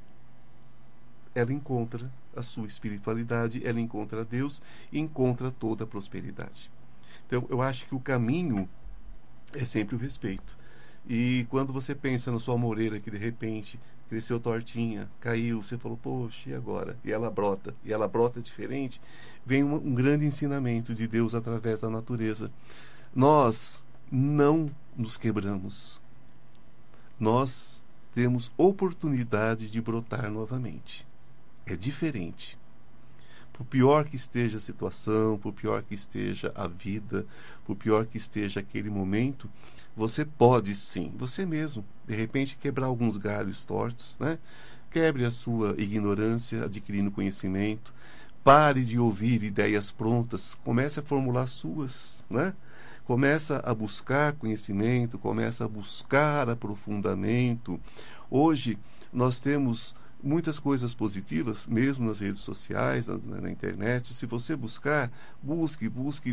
ela encontra a sua espiritualidade, ela encontra Deus e encontra toda a prosperidade. Então, eu acho que o caminho é sempre o respeito. E quando você pensa na sua amoreira que de repente cresceu tortinha, caiu, você falou, poxa, e agora? E ela brota diferente, vem um grande ensinamento de Deus através da natureza. Nós não nos quebramos. Nós temos oportunidade de brotar novamente. É diferente. Por pior que esteja a situação, por pior que esteja a vida, por pior que esteja aquele momento, você pode sim, você mesmo, de repente quebrar alguns galhos tortos, né? Quebre a sua ignorância, adquirindo conhecimento. Pare de ouvir ideias prontas, comece a formular suas, né? Começa a buscar conhecimento, começa a buscar aprofundamento. Hoje nós temos muitas coisas positivas, mesmo nas redes sociais, na internet. Se você buscar, busque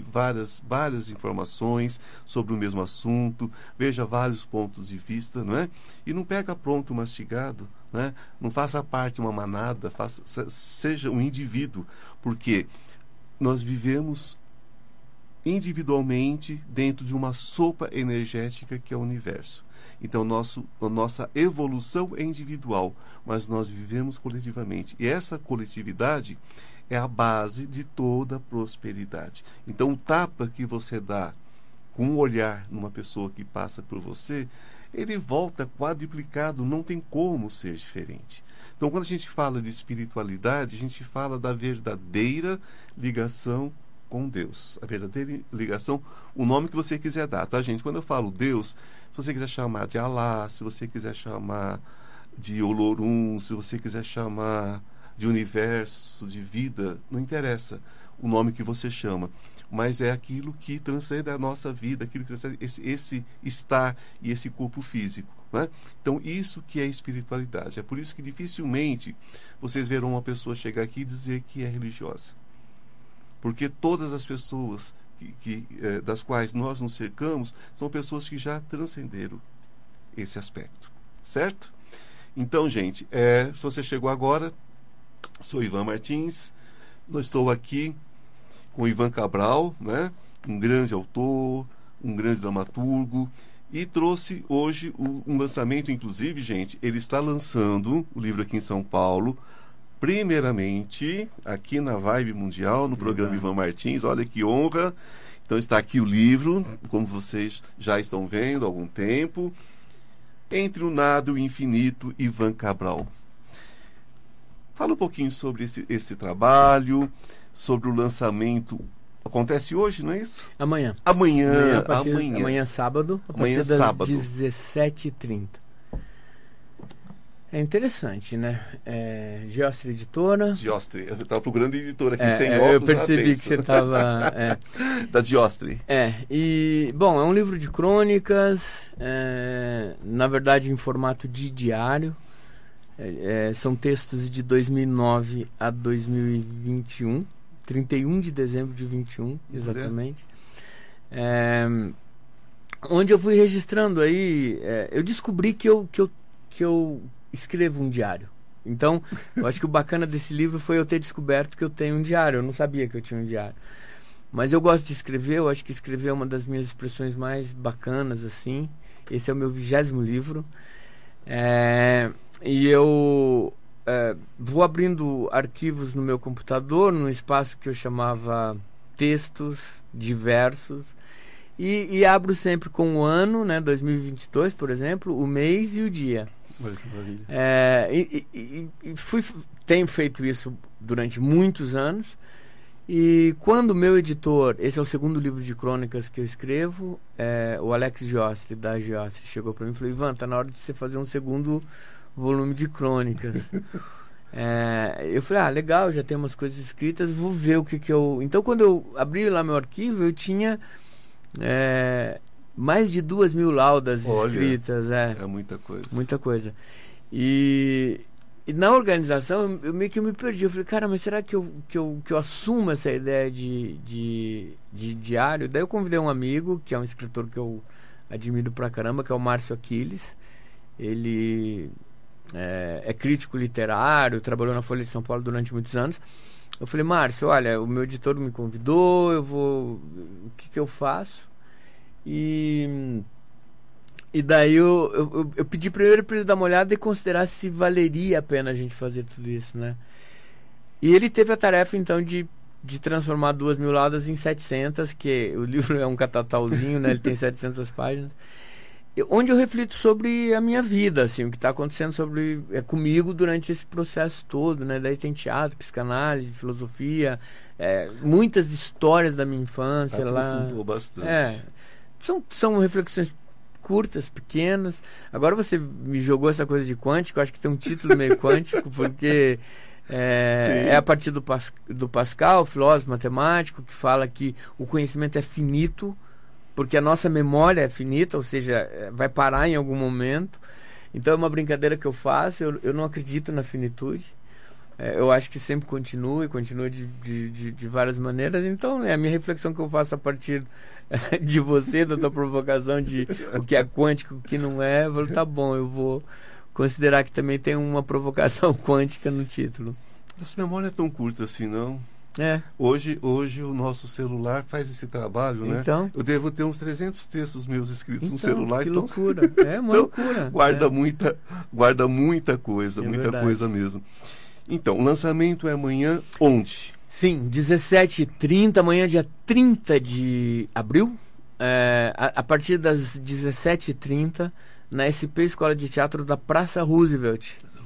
várias informações sobre o mesmo assunto, veja vários pontos de vista, não é? E não pega pronto mastigado, né? Não faça parte de uma manada, seja um indivíduo, porque nós vivemos individualmente dentro de uma sopa energética que é o universo. Então, a nossa evolução é individual, mas nós vivemos coletivamente. E essa coletividade é a base de toda a prosperidade. Então, o tapa que você dá com um olhar numa pessoa que passa por você, ele volta quadruplicado, não tem como ser diferente. Então, quando a gente fala de espiritualidade, a gente fala da verdadeira ligação com Deus. A verdadeira ligação, o nome que você quiser dar, tá, gente? Quando eu falo Deus, se você quiser chamar de Alá, se você quiser chamar de Olorum, se você quiser chamar de universo, de vida, não interessa o nome que você chama, mas é aquilo que transcende a nossa vida, aquilo que transcende esse estar e esse corpo físico, né? Então, isso que é espiritualidade. É por isso que dificilmente vocês verão uma pessoa chegar aqui e dizer que é religiosa. Porque todas as pessoas das quais nós nos cercamos são pessoas que já transcenderam esse aspecto, certo? Então, gente, se você chegou agora, sou Ivan Martins, eu estou aqui com Ivan Cabral, né? Um grande autor, um grande dramaturgo, e trouxe hoje um lançamento, inclusive, gente, ele está lançando o livro aqui em São Paulo, primeiramente, aqui na Vibe Mundial, no programa Ivan Martins. Olha que honra. Então está aqui o livro, como vocês já estão vendo há algum tempo. Entre o Nada e o Infinito, Ivan Cabral. Fala um pouquinho sobre esse trabalho, sobre o lançamento. Acontece hoje, não é isso? Amanhã. Amanhã, sábado, a partir das 17h30. É interessante, né? Giostre Editora. Giostre, eu estava procurando editora aqui sem óculos. Eu percebi que você estava... Da Giostre. E, bom, é um livro de crônicas, na verdade em formato de diário. São textos de 2009 a 2021, 31 de dezembro de 21, exatamente. Onde eu fui registrando aí, eu descobri que eu escrevo um diário. Então, eu acho que o bacana desse livro foi eu ter descoberto que eu tenho um diário. Eu não sabia que eu tinha um diário. Mas eu gosto de escrever, eu acho que escrever é uma das minhas expressões mais bacanas, assim. Esse é o meu 20º livro. E eu vou abrindo arquivos no meu computador, num espaço que eu chamava textos diversos. E abro sempre com o ano, né, 2022, por exemplo, o mês e o dia. Tenho feito isso durante muitos anos. E quando o meu editor, esse é o segundo livro de crônicas que eu escrevo, o Alex Giostre, da Giostre, chegou para mim e falou: Ivan, tá na hora de você fazer um segundo volume de crônicas. Eu falei, legal, já tem umas coisas escritas, vou ver o que eu... Então, quando eu abri lá meu arquivo, eu tinha mais de 2.000 laudas escritas. É muita coisa. Muita coisa. E na organização, eu meio que me perdi. Eu falei, cara, mas será que eu assumo essa ideia de diário? Daí eu convidei um amigo, que é um escritor que eu admiro pra caramba, que é o Márcio Aquiles. Ele é crítico literário, trabalhou na Folha de São Paulo durante muitos anos. Eu falei, Márcio, olha, o meu editor me convidou, o que eu faço? E daí eu pedi primeiro para ele dar uma olhada e considerar se valeria a pena a gente fazer tudo isso, né? E ele teve a tarefa, então, de transformar 2.000 laudas em 700, que o livro é um catatauzinho, né? Ele tem 700 páginas. Onde eu reflito sobre a minha vida, assim, o que está acontecendo comigo durante esse processo todo, né? Daí tem teatro, psicanálise, filosofia, muitas histórias da minha infância lá. Aprofundou bastante. São reflexões curtas, pequenas. Agora você me jogou essa coisa de quântico, eu acho que tem um título meio quântico, porque é a partir do Pascal, filósofo matemático, que fala que o conhecimento é finito, porque a nossa memória é finita, ou seja, vai parar em algum momento. Então é uma brincadeira que eu faço, eu não acredito na finitude. Eu acho que sempre continua de várias maneiras. Então a minha reflexão que eu faço a partir de você, da tua provocação de o que é quântico, o que não é, eu falo, tá bom, eu vou considerar que também tem uma provocação quântica no título. Essa memória é tão curta assim, não? Hoje o nosso celular faz esse trabalho, né? Então, eu devo ter uns 300 textos meus escritos no celular. Que loucura. É uma loucura. Guarda muita coisa, muita coisa mesmo. Então, o lançamento é amanhã onde? Sim, 17h30, amanhã dia 30 de abril, a partir das 17h30, na SP Escola de Teatro da Praça Roosevelt.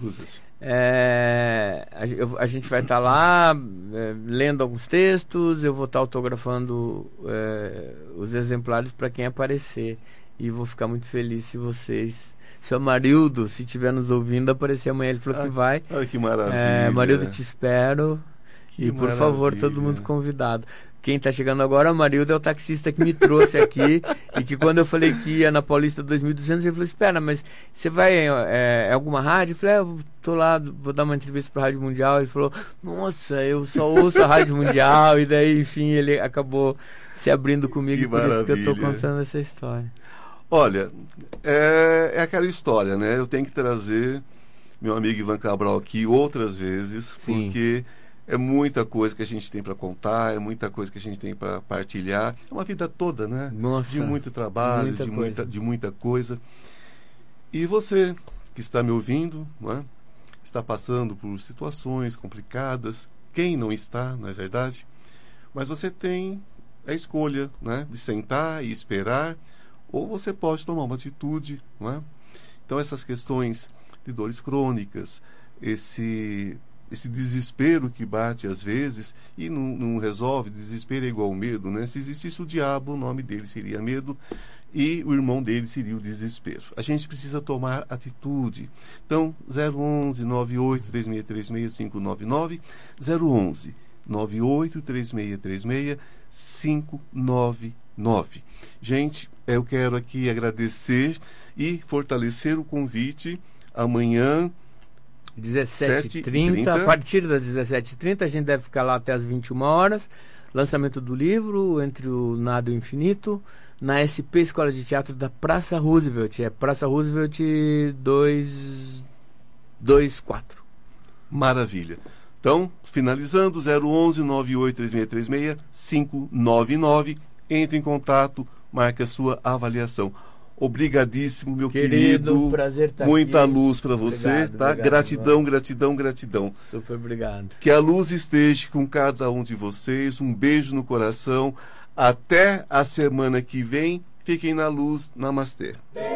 A gente vai estar lá lendo alguns textos, eu vou estar autografando os exemplares para quem aparecer, e vou ficar muito feliz se o Amarildo, se estiver nos ouvindo, aparecer amanhã. Ele falou que vai. Olha que maravilha. Amarildo, te espero. Que por favor, todo mundo convidado. Quem está chegando agora, o Amarildo, é o taxista que me trouxe aqui. E que quando eu falei que ia na Paulista 2200, ele falou, espera, mas você vai em alguma rádio? Eu falei, eu tô lá, vou dar uma entrevista para a Rádio Mundial. Ele falou, nossa, eu só ouço a Rádio Mundial. E daí, enfim, ele acabou se abrindo comigo. Que por maravilha. Isso que eu estou contando essa história. Olha, é aquela história, né? Eu tenho que trazer meu amigo Ivan Cabral aqui outras vezes, Sim. Porque é muita coisa que a gente tem para contar, é muita coisa que a gente tem para partilhar. É uma vida toda, né? Nossa, de muito trabalho, de muita coisa. E você que está me ouvindo, não é? Está passando por situações complicadas. Quem não está, não é verdade? Mas você tem a escolha, né? De sentar e esperar, ou você pode tomar uma atitude, não é? Então essas questões de dores crônicas, esse desespero que bate às vezes e não resolve, desespero é igual ao medo, né? Se existisse o diabo, o nome dele seria medo. e o irmão dele seria o desespero. A gente precisa tomar atitude. Então, 011 98 3636 599, 011 98 3636 599. Gente, eu quero aqui agradecer e fortalecer o convite. Amanhã 17h30, a partir das 17h30, a gente deve ficar lá até as 21 horas. Lançamento do livro Entre o Nada e o Infinito, na SP Escola de Teatro da Praça Roosevelt. É Praça Roosevelt 224. Maravilha. Então, finalizando, 011 98 3636 599. Entre em contato, marque a sua avaliação. Obrigadíssimo, meu querido. Prazer estar Muita aqui. luz para você, Obrigado, tá? obrigado, Gratidão, gratidão, gratidão. Super obrigado. Que a luz esteja com cada um de vocês. Um beijo no coração. Até a semana que vem. Fiquem na luz. Namastê.